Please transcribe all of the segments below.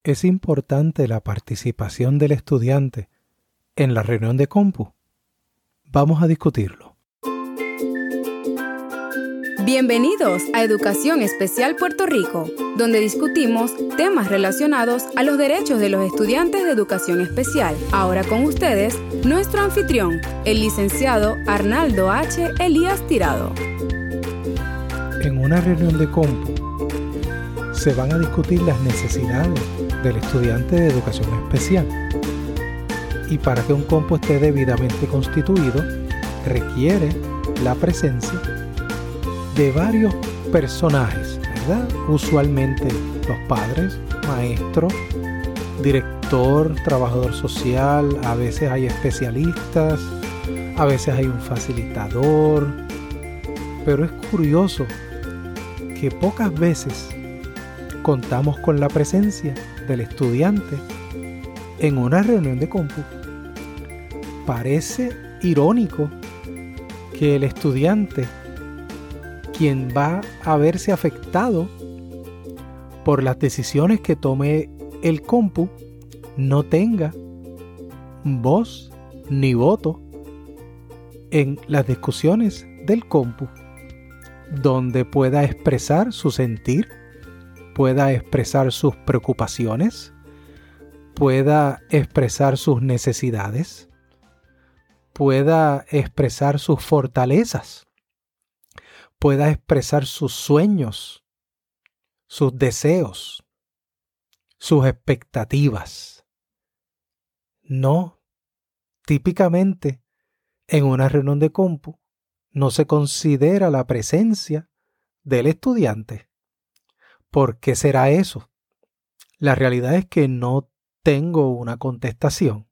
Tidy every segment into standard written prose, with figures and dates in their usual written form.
¿Es importante la participación del estudiante en la reunión de compu? Vamos a discutirlo. Bienvenidos a Educación Especial Puerto Rico, donde discutimos temas relacionados a los derechos de los estudiantes de educación especial. Ahora con ustedes, nuestro anfitrión, el licenciado Arnaldo H. Elías Tirado. En una reunión de compu se van a discutir las necesidades del estudiante de educación especial. Y para que un compu esté debidamente constituido, requiere la presencia de varios personajes, ¿verdad? Usualmente los padres, maestro, director, trabajador social, a veces hay especialistas, a veces hay un facilitador, pero es curioso que pocas veces contamos con la presencia del estudiante en una reunión de compu. Parece irónico que el estudiante, quien va a verse afectado por las decisiones que tome el compu, no tenga voz ni voto en las discusiones del compu, donde pueda expresar su sentir, pueda expresar sus preocupaciones, pueda expresar sus necesidades, pueda expresar sus fortalezas, pueda expresar sus sueños, sus deseos, sus expectativas. No, típicamente en una reunión de compu no se considera la presencia del estudiante. ¿Por qué será eso? La realidad es que no tengo una contestación,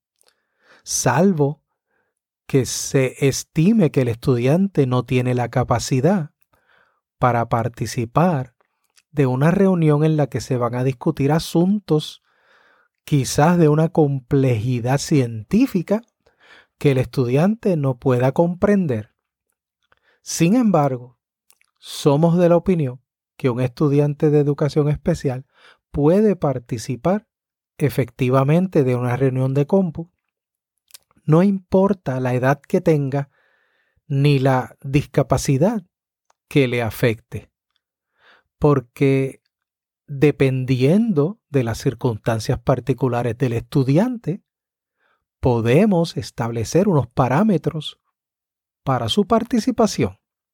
salvo que se estime que el estudiante no tiene la capacidad para participar de una reunión en la que se van a discutir asuntos quizás de una complejidad científica que el estudiante no pueda comprender. Sin embargo, somos de la opinión que un estudiante de educación especial puede participar efectivamente de una reunión de compu, no importa la edad que tenga ni la discapacidad que le afecte, porque dependiendo de las circunstancias particulares del estudiante, podemos establecer unos parámetros para su participación.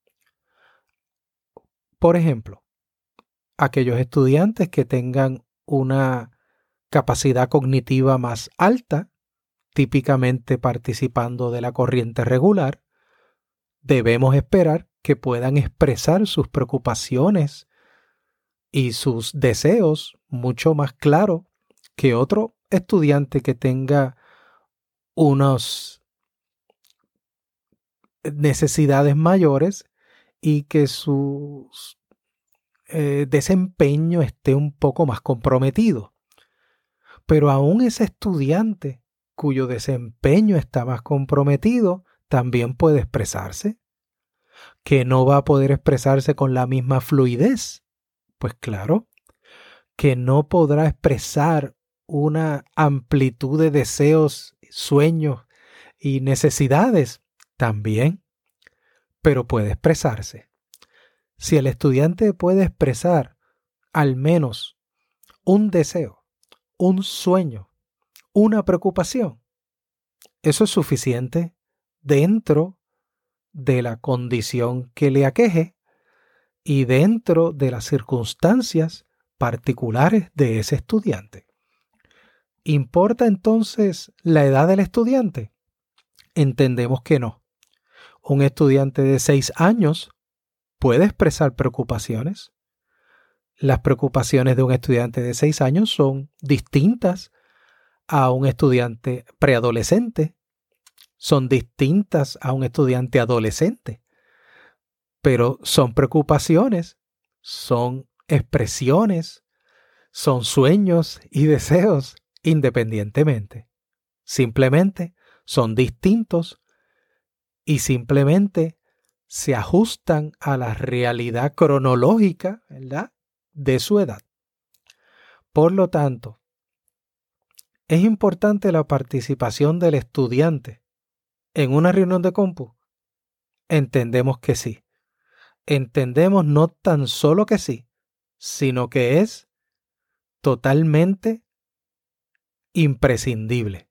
Por ejemplo, aquellos estudiantes que tengan una capacidad cognitiva más alta, típicamente participando de la corriente regular, debemos esperar que puedan expresar sus preocupaciones y sus deseos mucho más claro que otro estudiante que tenga unas necesidades mayores y que su desempeño esté un poco más comprometido. Pero aún ese estudiante cuyo desempeño está más comprometido también puede expresarse. ¿Que no va a poder expresarse con la misma fluidez? Pues claro, que no podrá expresar una amplitud de deseos, sueños y necesidades también, pero puede expresarse. Si el estudiante puede expresar al menos un deseo, un sueño, una preocupación, eso es suficiente dentro de la condición que le aqueje y dentro de las circunstancias particulares de ese estudiante. ¿Importa entonces la edad del estudiante? Entendemos que no. Un estudiante de 6 años puede expresar preocupaciones. Las preocupaciones de un estudiante de 6 años son distintas a un estudiante preadolescente, son distintas a un estudiante adolescente, pero son preocupaciones, son expresiones, son sueños y deseos independientemente. Simplemente son distintos y simplemente se ajustan a la realidad cronológica, ¿verdad?, de su edad. Por lo tanto, ¿Es importante la participación del estudiante en una reunión de compu? Entendemos que sí. Entendemos no tan solo que sí, sino que es totalmente imprescindible.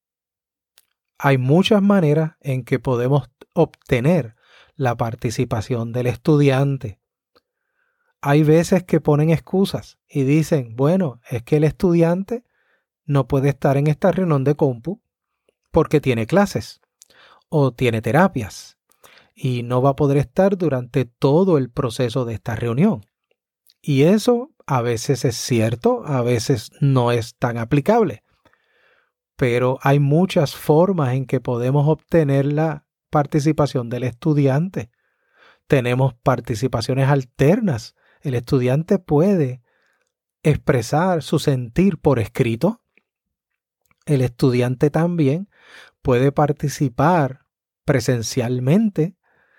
Hay muchas maneras en que podemos obtener la participación del estudiante. Hay veces que ponen excusas y dicen, bueno, es que el estudiante no puede estar en esta reunión de compu porque tiene clases o tiene terapias y no va a poder estar durante todo el proceso de esta reunión. Y eso a veces es cierto, a veces no es tan aplicable. Pero hay muchas formas en que podemos obtener la participación del estudiante. Tenemos participaciones alternas. El estudiante puede expresar su sentir por escrito. El estudiante también puede participar presencialmente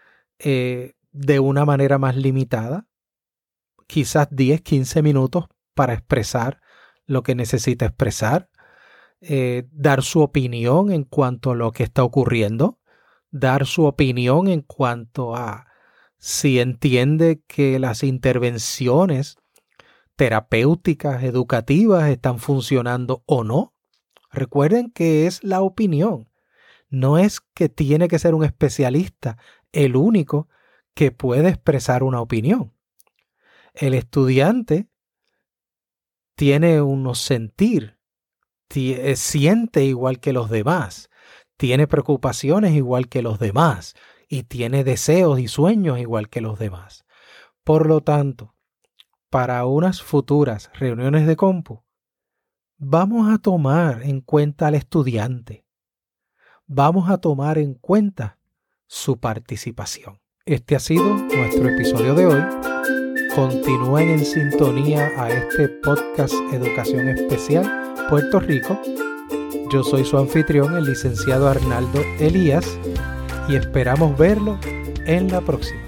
de una manera más limitada, quizás 10, 15 minutos para expresar lo que necesita expresar, dar su opinión en cuanto a lo que está ocurriendo, dar su opinión en cuanto a si entiende que las intervenciones terapéuticas, educativas están funcionando o no. Recuerden que es la opinión. No es que tiene que ser un especialista el único que puede expresar una opinión. El estudiante tiene unos sentir, siente igual que los demás, tiene preocupaciones igual que los demás y tiene deseos y sueños igual que los demás. Por lo tanto, para unas futuras reuniones de compu, vamos a tomar en cuenta al estudiante. Vamos a tomar en cuenta su participación. Este ha sido nuestro episodio de hoy. Continúen en sintonía a este podcast Educación Especial Puerto Rico. Yo soy su anfitrión, el licenciado Arnaldo Elías, y esperamos verlo en la próxima.